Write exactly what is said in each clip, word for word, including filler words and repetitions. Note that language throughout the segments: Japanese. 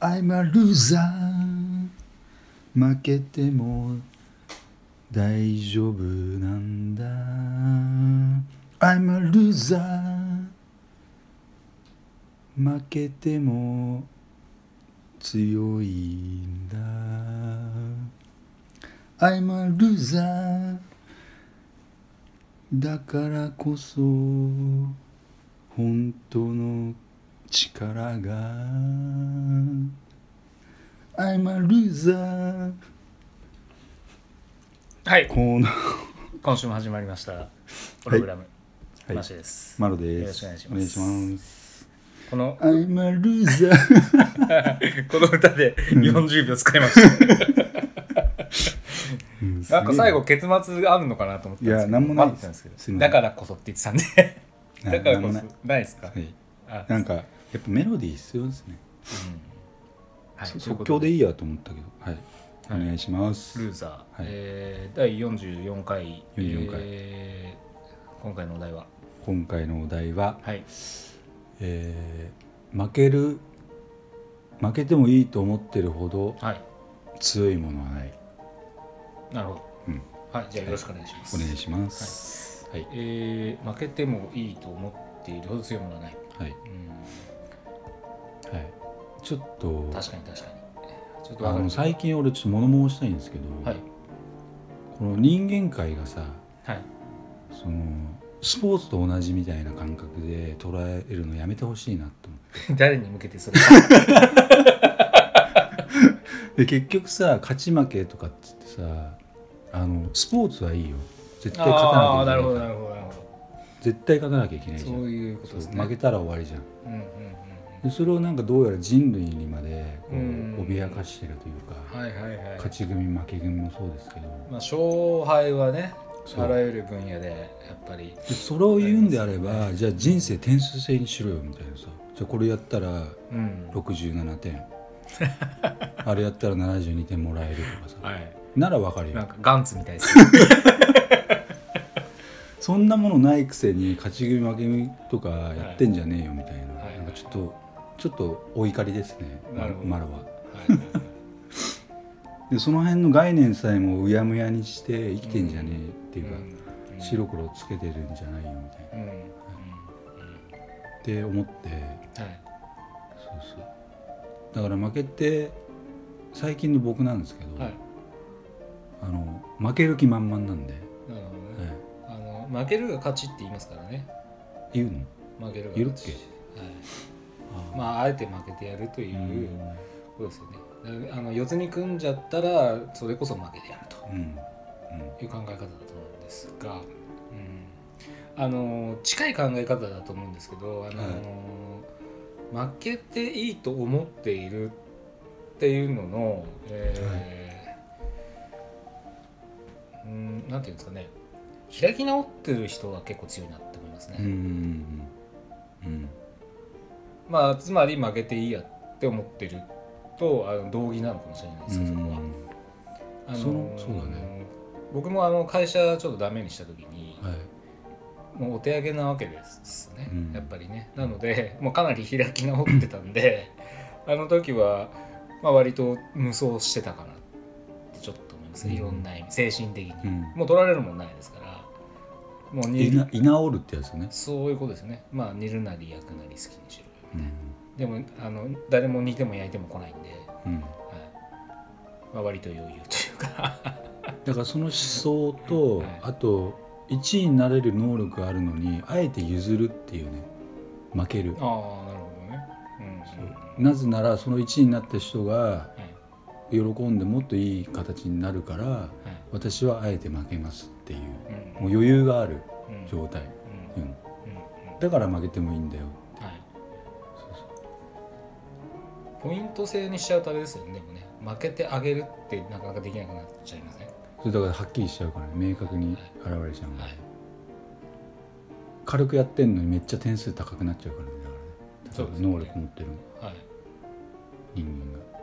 I'm a loser 負けても大丈夫なんだ I'm a loser 負けても強いんだ I'm a loser だからこそ本当の力が I'm a loser はい、 この今週も始まりましたプログラム、 はい、 マシです。 マロです。 よろしくお願いします。 お願いします。 この I'm a loser この歌でよんじゅうびょう使いました、うん、なんか最後結末あるのかなと思ったんですけど、いや何もないです。ですだからこそって言ってたんでだからこそないですか、はい、 あなんかやっぱメロディー必要ですね、うんはい、即興でいいやと思ったけど、はいはい、お願いします。 ルーザー、はいえー、だいよんじゅうよんかい、 よんじゅうよんかい、 えー、今回のお題は今回のお題は、 はいえー、負ける負けてもいいと思ってるほど強いものはない、はい、 なるほど、うんはい、じゃあよろしくお願いします、 はい、お願いします、はいはいえー、負けてもいいと思っているほど強いものはない、 はいうんはい、ちょっと確かに確かにちょっとあの最近俺ちょっと物申したいんですけど、はい、この人間界がさ、はい、そのスポーツと同じみたいな感覚で捉えるのやめてほしいなと思って誰に向けてそれで結局さ勝ち負けとかっつってさあのスポーツはいいよ絶対勝たなきゃいけないあなるほどなるほどなるほど絶対勝たなきゃいけないじゃんそういうことですね負けたら終わりじゃん、うんうんでそれをなんかどうやら人類にまでこう脅かしてるというか、はいはいはい、勝ち組負け組もそうですけど、 まあ、勝敗はねあらゆる分野でやっぱりでそれを言うんであれば、ね、じゃあ人生点数制にしろよみたいなさじゃあこれやったらろくじゅうななてん、うん、あれやったらななじゅうにてんもらえるとかさ、はい、ならわかるよなんかガンツみたいですそんなものないくせに勝ち組負け組とかやってんじゃねえよみたいな、はい、なんかちょっとちょっとお怒りですねマロは、はい、でその辺の概念さえもうやむやにして生きてんじゃねえっていうか、うん、白黒つけてるんじゃないよみたいな、うんはい、って思って、はい、そうそうだから負けて最近の僕なんですけど、はい、あの負ける気満々なんで、なるほどね、 はい、あの負けるが勝ちって言いますからね。 言うの？ 負けるが勝ち。 言うっけ？ はいあまああえて負けてやるということですよね。あの四つに組んじゃったらそれこそ負けてやるという考え方だと思うんですが、うん、あの近い考え方だと思うんですけど、あの、はい、負けていいと思っているっていうのの、えーはい、うんなんていうんですかね、開き直ってる人は結構強いなって思いますね。うんうんまあ、つまり負けていいやって思ってるとあの同義なのかもしれないですよ、そこは。あのそのそうだね、 僕もあの会社ちょっとダメにした時に、はい、もうお手上げなわけですね、うん、やっぱりね。なのでもうかなり開き直ってたんであの時は、まあ、割と無双してたかなってちょっと思います、うん、いろんな意味精神的に、うん、もう取られるもんないですからもう煮る居直るってやつね。 そういうことですね。まあ煮るなり焼くなり好きにしろうん、でもあの誰も煮ても焼いても来ないんで、うんはいまあ、割と余裕というかだからその思想と、はい、あといちいになれる能力があるのにあえて譲るっていうね負ける。 ああなるほどね、 うん、なぜならそのいちいになった人が喜んでもっといい形になるから、はい、私はあえて負けますっていう、うん、もう余裕がある状態、うんうんうん、だから負けてもいいんだよ。 ポイント制にしちゃうとあれですよね。でもね負けてあげるってなかなかできなくなっちゃいますね。 それだからはっきりしちゃうからね明確に現れちゃうの、はいはい、軽くやってんのにめっちゃ点数高くなっちゃうからね。だからね能力持ってる、はい、人間が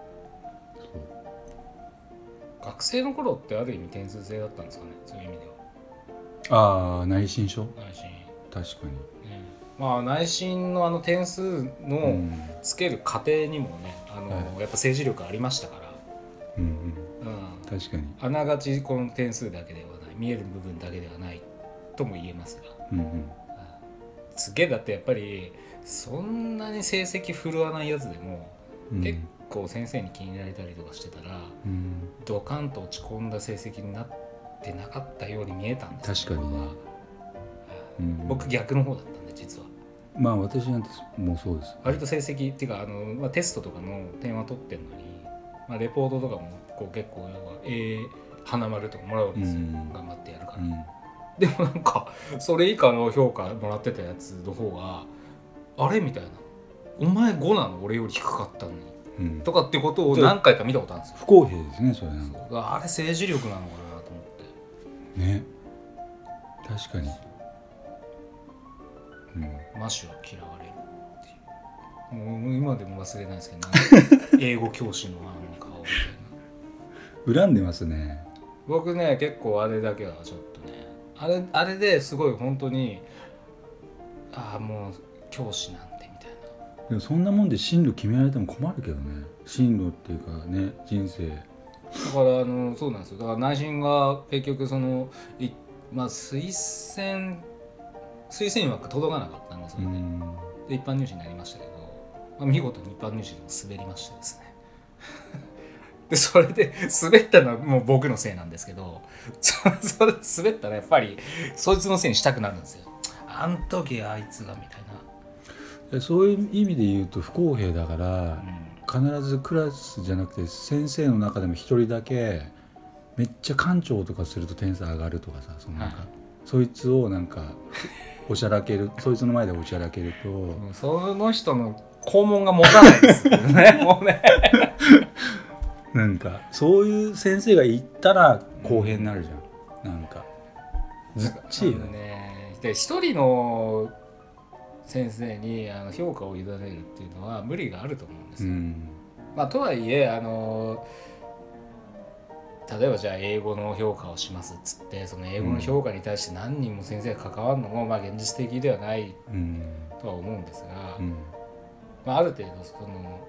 そう学生の頃ってある意味点数制だったんですかね。そういう意味ではああ内申書内申確かに、 ね、 まあ、内申のあの点数のつける過程にもね、あの、はい、やっぱ政治力ありましたから、 うんうんうん、確かにあながちこの点数だけではない、見える部分だけではないとも言えますが、うんうん、すげえだってやっぱりそんなに成績振るわないやつでも、うん、結構先生に気に入られたりとかしてたら、うん、ドカンと落ち込んだ成績になってなかったように見えたんですよ。確かにね、 うん、僕逆の方だったんで実は。 まあ私なんてもうそうです。 割と成績っていうかあの、まあ、テストとかの点は取ってるのに、まあ、レポートとかもこう結構ええ花丸とかもらうわけですよ、うん、頑張ってやるから、うん、でもなんかそれ以下の評価もらってたやつの方があれみたいな、お前ごなの俺より低かったのに、うん、とかってことを何回か見たことあるんですよ。 不公平ですねそれ。なんかあれ政治力なのかなと思ってね。確かに、 うん、マシュは嫌われるっていう、もう今でも忘れないですけど、ね、英語教師のあの顔みたいな恨んでますね。 僕ね結構あれだけはちょっとね、あれあれですごい本当に、ああもう教師なんてみたいな。 でもそんなもんで進路決められても困るけどね。進路っていうかね、人生だからあのそうなんですよ。だから内申が結局そのい、まあ、推薦推薦枠届かなかったんですよね。で一般入試になりましたけど、まあ、見事に一般入試でも滑りましてですねでそれで滑ったのはもう僕のせいなんですけど、それ滑ったらやっぱりそいつのせいにしたくなるんですよ。あん時あいつがみたいな。そういう意味で言うと不公平だから、うん、必ずクラスじゃなくて先生の中でも一人だけめっちゃ館長とかすると点数上がるとかさ、そのなんか、はい、そいつをなんかおしゃらけるそいつの前でおしゃらけると、 うん、その人の肛門が持たないですよねもうねなんかそういう先生がいったら公平になるじゃん、うん、なんかずっちいよね。で一人の先生にあの評価を委ねるっていうのは無理があると思うんですよ、うん、まあとはいえあの例えばじゃあ英語の評価をしますっつってその英語の評価に対して何人も先生が関わるのもまあ現実的ではないとは思うんですが、うんまあ、ある程度その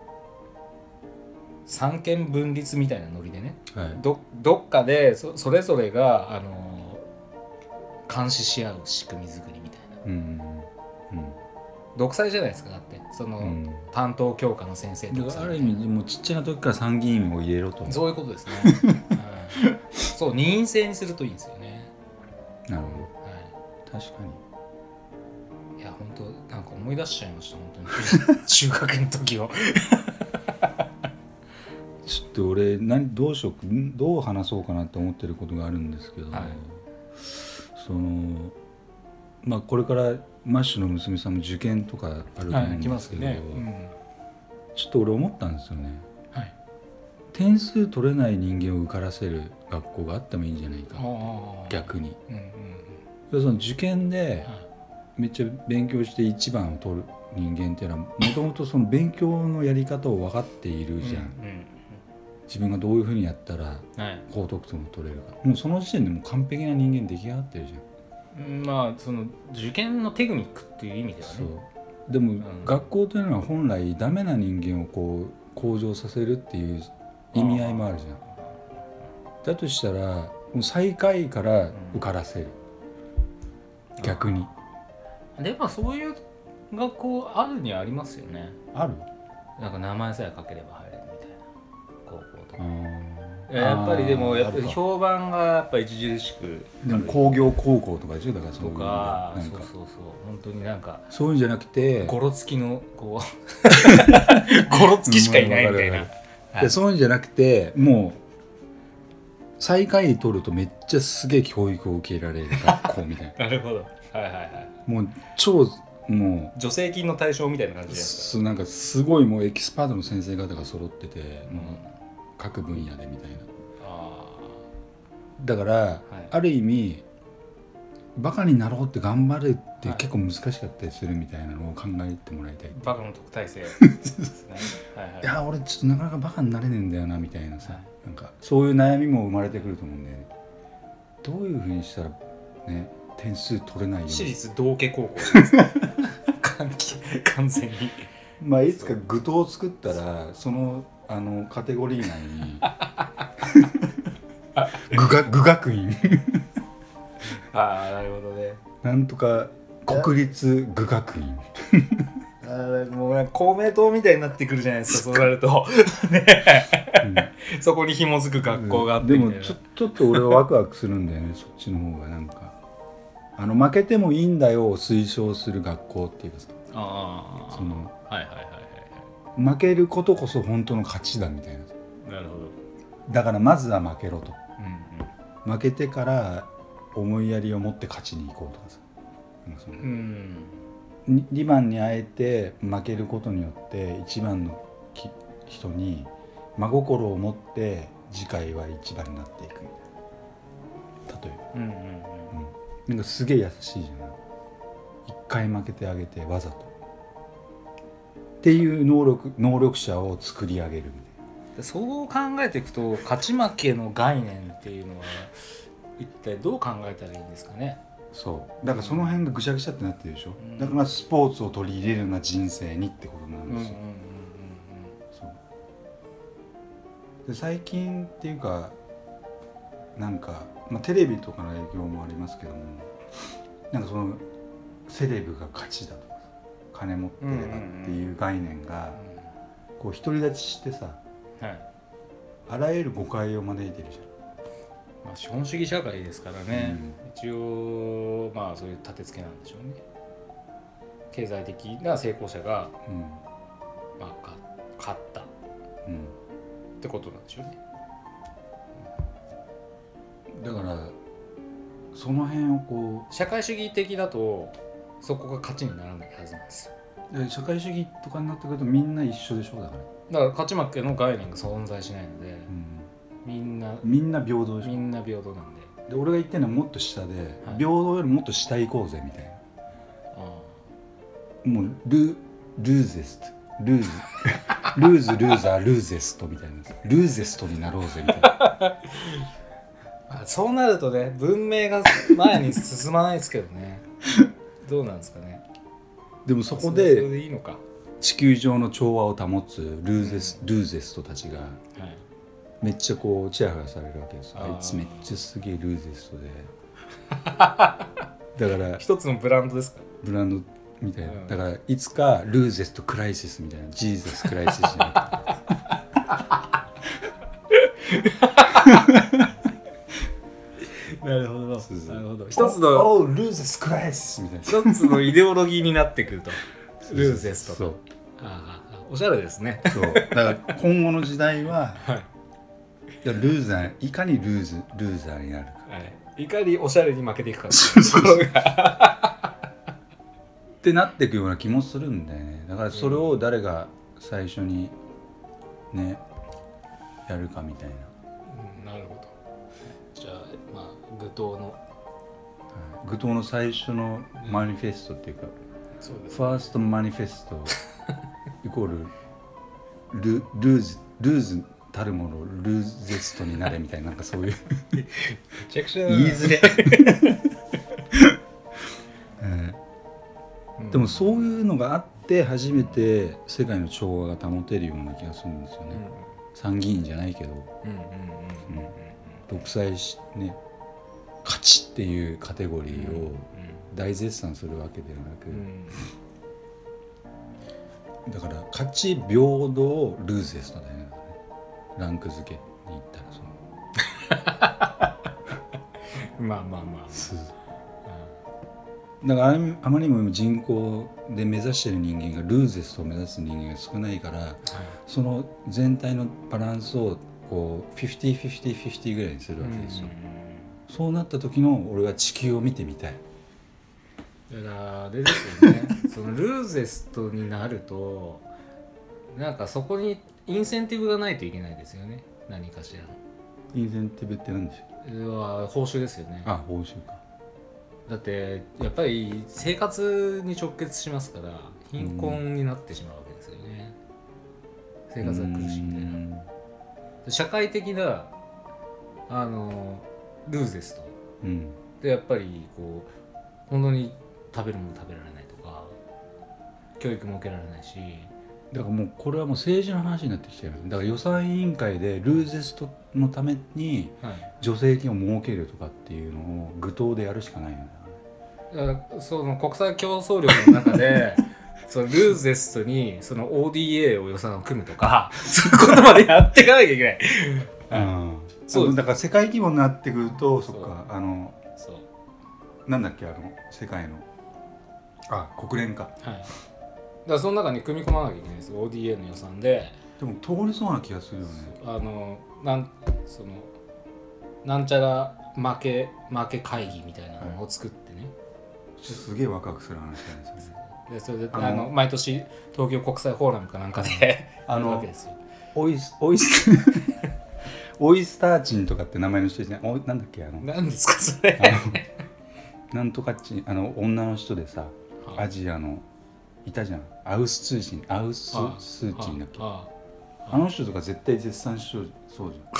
三権分立みたいなノリでね、はい、ど, どっかで そ, それぞれがあの監視し合う仕組み作りみたいな、うんうん、独裁じゃないですか。だってその、うん、担当教科の先生とかある意味もうちっちゃな時から参議院を入れろと。 そういうことですね、うん、そう二院制にするといいんですよね。 なるほど、はい、確かに。いや本当なんか思い出しちゃいました本当に中学の時をちょっと俺何どうしようどう話そうかなって思ってることがあるんですけど、はい、そのまあこれからマッシュの娘さんも受験とかあると思うんですけど、はいねうん、ちょっと俺思ったんですよね、はい、点数取れない人間を受からせる学校があってもいいんじゃないか逆に、うんうん、その受験でめっちゃ勉強していちばんを取る人間っていうのはもともとその勉強のやり方を分かっているじゃん、うんうん自分がどういうふうにやったら高得点を取れるか、はい、もうその時点でもう完璧な人間出来上がってるじゃん。まあその受験のテクニックっていう意味ではね。 そうでも、うん、学校というのは本来ダメな人間をこう向上させるっていう意味合いもあるじゃん。だとしたらもう最下位から受からせる、うん、逆に。 でもそういう学校あるにはありますよね。 ある？ なんか名前さえ書ければ入れるみたいな高校とか。やっぱりでもやっぱり評判がやっぱ著しくでも工業高校とかでしょ。だからそういうとかそうそうそう本当になんかそういうんじゃなくてゴロつきのこうゴロつきしかいないみたいな、 はい、そういうんじゃなくてもう最下位取るとめっちゃすげえ教育を受けられる学校みたいななるほどはいはいはいもう超もう助成金の対象みたいな感じですか。なんかすごいもうエキスパートの先生方が揃ってて、うん、もう各分野でみたいな。あだから、はい、ある意味バカになろうって頑張るって結構難しかったりするみたいなのを考えてもらいたい。 バカの特待生ですねはい、はい、いや俺ちょっとなかなかバカになれねえんだよなみたいなさ、はい、なんかそういう悩みも生まれてくると思うんで、ね、どういうふうにしたらね点数取れないように。 私立道家高校ですか完全にまあいつか具刀を作ったらそのあのカテゴリー内に具が具学院ああなるほどねなんとか国立具学院あもう公明党みたいになってくるじゃないですかそうなるとね、うん、そこに紐づく学校があってみたいな、 でもちょ、ちょっと俺はワクワクするんだよねそっちの方がなんかあの負けてもいいんだよを推奨する学校っていうかさああそのはいはいはいはい負けることこそ本当の勝ちだみたいな。 なるほど。 だからまずは負けろと、 うんうん、 負けてから思いやりを持って勝ちに行こうとかさその、うん、にばんにあえて負けることによっていちばんの人に真心を持って次回はいちばんになっていくみたいな例えば、うんうんうんうん、なんかすげえ優しいじゃない一回負けてあげてわざとっていう能力、能力者を作り上げるみたいな。 そう考えていくと勝ち負けの概念っていうのは一体どう考えたらいいんですかね。 そうだからその辺がぐちゃぐちゃってなってるでしょ、うん、だからスポーツを取り入れるような人生にってことなんですよ。で最近っていうかなんか、まあ、テレビとかの影響もありますけどもなんかそのセレブが勝ちだとか金持ってればっていう概念がこう独り立ちしてさ、はい、あらゆる誤解を招いてるじゃん。 まあ、資本主義社会ですからね、うん、一応まあそういう立て付けなんでしょうね。経済的な成功者が、うんまあ、勝った、うん、ってことなんでしょうね。 だからその辺をこう社会主義的だとそこが勝ちにならないはずなんですよ。 社会主義とかになってくるとみんな一緒でしょだから。 だから勝ち負けの概念が存在しないので、うん、みんなみんな平等でしょ。 みんな平等なんで。 で俺が言ってるのはもっと下で、はい、平等よりもっと下行こうぜみたいな。あもうルルーゼストルーズルーズルーザールーゼストみたいなルーゼストになろうぜみたいな。 そうなるとね文明が前に進まないですけどね。どうなんですかね。 でもそこでそれでいいのか。 地球上の調和を保つルーゼス、うん、ルーゼストたちがめっちゃこうチヤホヤされるわけですよ。あいつめっちゃすげえルーゼストでだから一つのブランドですか。 ブランドみたいな、うん、だからいつかルーゼストクライシスみたいなジーザスクライシスじゃなくてなるほど、なるほど。一つのおルーゼスクライシスみたいな一つのイデオロギーになってくるとルーゼスト。そう。ああ、おしゃれですね。 そう。だから今後の時代は、はい、ルーザーいかにルーズルーザーになるか。 はい。いかにおしゃれに負けていくかっていうところがってなっていくような気もするんだよね。だからそれを誰が最初にねやるかみたいな。 うん、なるほど。じゃあまあ具刀の、 はい、具刀の最初のマニフェストっていうか、そうですね、ファーストマニフェストイコール ル, ルーズルーズたるものルーゼストになれみたいななんかそういうめちゃくちゃ言いづれ、えーうん、でもそういうのがあって初めて世界の調和が保てるような気がするんですよね、うん、参議院じゃないけど、うんうんうんうん独裁しね勝ちっていうカテゴリーを大絶賛するわけではなく、うん、だから勝ち平等ルーゼストだよねランク付けに行ったらそのまあまあまあ、まあ、だからあまりにも人口で目指している人間がルーゼストを目指す人間が少ないから、はい、その全体のバランスをこうフィフティーフィフティーフィフティーぐらいにするわけですよ、うんうんうん、そうなった時の俺は地球を見てみたい。 だからあれですよねそのルーゼストになるとなんかそこにインセンティブがないといけないですよね。何かしらのインセンティブって何でしょう。報酬ですよね。 あ、報酬か。 だってやっぱり生活に直結しますから貧困になってしまうわけですよね、うん、生活が苦しいみたいな社会的なあのルーゼスト、うん、でやっぱりこう本当に食べるもの食べられないとか教育も受けられないし、 だからもうこれはもう政治の話になってきちゃいます。だから予算委員会でルーゼストのために助成金を設けるとかっていうのを具当でやるしかないよね。 だからその国際競争力の中でそのルーゼストにその オーディーエー を予算を組むとかそういうことまでやっていかなきゃいけない、 うん、そうだから世界規模になってくるとそっかあのそうなんだっけあの世界のあ国連か、はい、 だからその中に組み込まなきゃいけないです オーディーエー の予算で。 でも通りそうな気がするよね。 あのなんそのなんちゃら負け負け会議みたいなのを作ってね、はい、 すげえワクワクする話なんですよね。 でそれであの毎年東京国際フォーラムかなんかであるわけですよ。 オイスオイスオイスターチンとかって名前の人じゃない、なんだっけあの何ですかそれなんとかチンあの女の人でさ、はあ、アジアのいたじゃんアウスツーチンアウススーチンだっけ あ, あ, あ, あ, あの人とか絶対絶賛しそうそうじ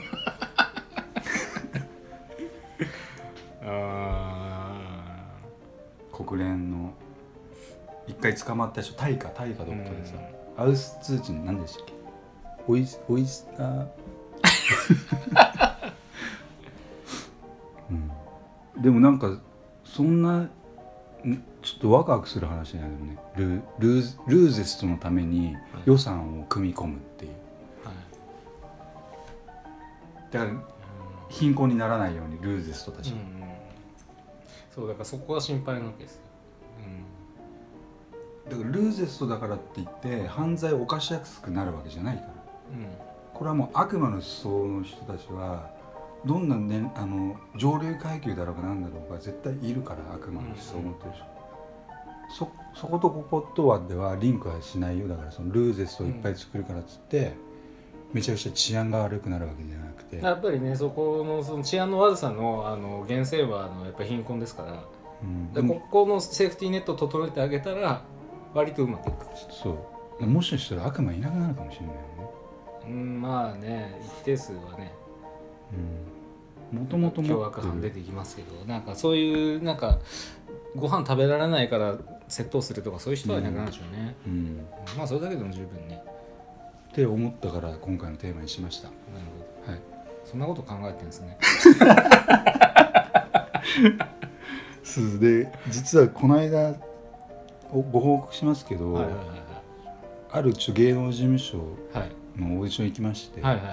ゃんあ国連の一回捕まった人タイかタイかどっかでさ、うん、アウスツーチン何でしたっけオイスオイスター、うん、でもなんかそんなちょっとワクワクする話なんだよね。 ル, ル, ールーゼストのために予算を組み込むっていう、はい、だから貧困にならないようにルーゼストたち、うんうん、 そうだからそこが心配なわけですよ、 うん、だからルーゼストだからって言って犯罪を犯しやすくなるわけじゃないから、うん、これはもう悪魔の思想の人たちはどんな、ね、あの上流階級だろうが何だろうが絶対いるから悪魔の思想を持ってる人、うん、そ, そことこことはではリンクはしないよ。だからそのルーゼストをいっぱい作るからっつって、うん、めちゃくちゃ治安が悪くなるわけじゃなくて、 やっぱりねそこ の, その治安の悪さ の, あの源泉はあのやっぱり貧困ですから、うん、でここのセーフティーネットを整えてあげたら割とうまくいくかもしれない。 そうもしかしたら悪魔いなくなるかもしれないよね。 うん、まあね一定数はね、 うん、もともと凶悪犯出てきますけど、なんかそういうなんかご飯食べられないから窃盗するとかそういう人はいなくなるでしょうね、うんうん、まあそれだけでも十分ねって思ったから今回のテーマにしました。なるほど、はい、そんなこと考えてるんですねそうで実はこの間ご報告しますけど、はいはいはいはい、ある芸能事務所のオーディション行きまして、はいはいはい、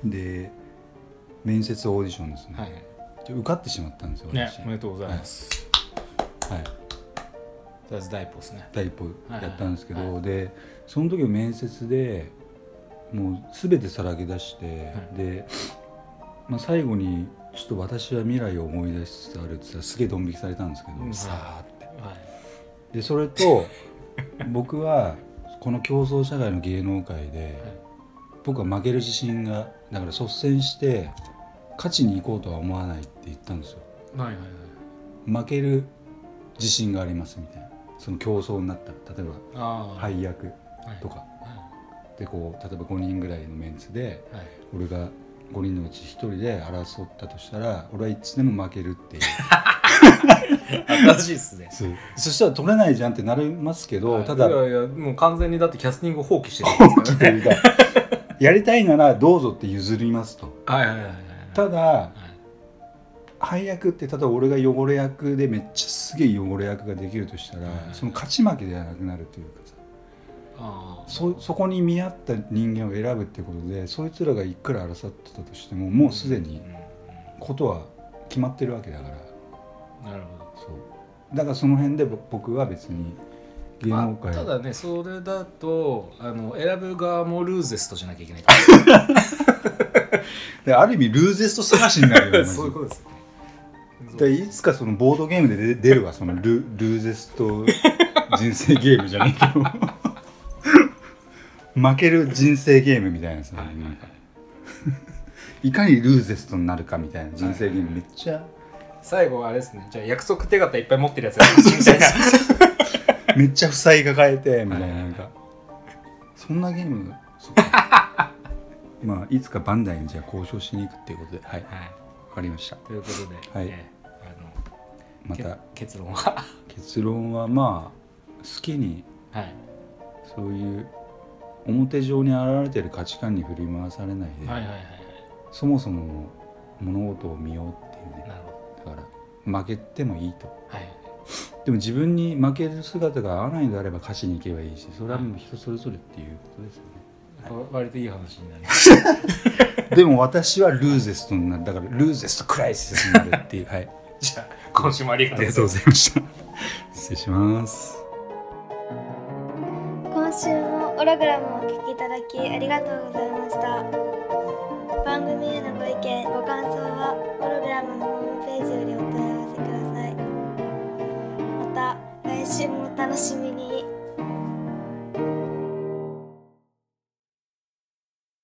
で面接オーディションですね、はいはい、で受かってしまったんですよ、 ね、おめでとうございます、 はいはい、 とりあえず第一歩ですね。 第一歩やったんですけど、はいはいはい、でその時の面接でもう全てさらけ出して、はい、で、まあ、最後にちょっと私は未来を思い出しつつあるって言ったらすげえドン引きされたんですけど、うん、さーって、はい、でそれと僕はこの競争社会の芸能界で、はい、僕は負ける自信がだから率先して勝ちに行こうとは思わないって言ったんですよ、はいはいはい、負ける自信がありますみたいな。その競争になったら例えば配役とか、はいはい、でこう例えばごにんぐらいのメンツで、はい、俺がごにんのうちひとりで争ったとしたら俺はいつでも負けるっていう新しいですね。 そ, そしたら取れないじゃんってなりますけど、はい、ただいやいやもう完全にだってキャスティングを放棄してるんですからねやりたいならどうぞって譲りますと、はいはいはいはい、ただ、はい、配役って例えば俺が汚れ役でめっちゃすげえ汚れ役ができるとしたら、はい、その勝ち負けではなくなるというかさ、あ そ, そこに見合った人間を選ぶっていうことでそいつらがいくら争ってたとしてももうすでにことは決まってるわけだから、 うん、なるほど。 そうだからその辺で僕は別に芸能界、 まあ、ただねそれだとあの選ぶ側もルーゼストじゃなきゃいけないである意味ルーゼスト探しになるよねそういうことです。 でいつかそのボードゲームで出るわその ル, ルーゼスト人生ゲームじゃないけど負ける人生ゲームみたいなさ、はい、なんかいかにルーゼストになるかみたいな人生ゲームめっちゃ、はい、 最後はあれですね。じゃあ約束手形いっぱい持ってるやつめっちゃ負債抱えてみたいな、なんかそんなゲームそまあいつかバンダイにじゃあ交渉しに行くっていうことで、はい、はい、分かりました。 ということで、 はい、 えー、あのまた結論は結論はまあ好きにはい、 そういう表上に現れている価値観に振り回されないで、 はいはいはいはい、 そもそも物事を見ようっていうね。 なるほど。だから負けてもいいと、 はい、 でも自分に負ける姿が合わないのであれば勝ちに行けばいいし、それはもう人それぞれっていうことですよね、 はい、割といい話になりましたでも私はルーゼストになる、だからルーゼストクライシスになるっていうはい。 じゃあ今週もありがとうございました。失礼します。 今週もオログラムをお聞きいただきありがとうございました。番組へのご意見ご感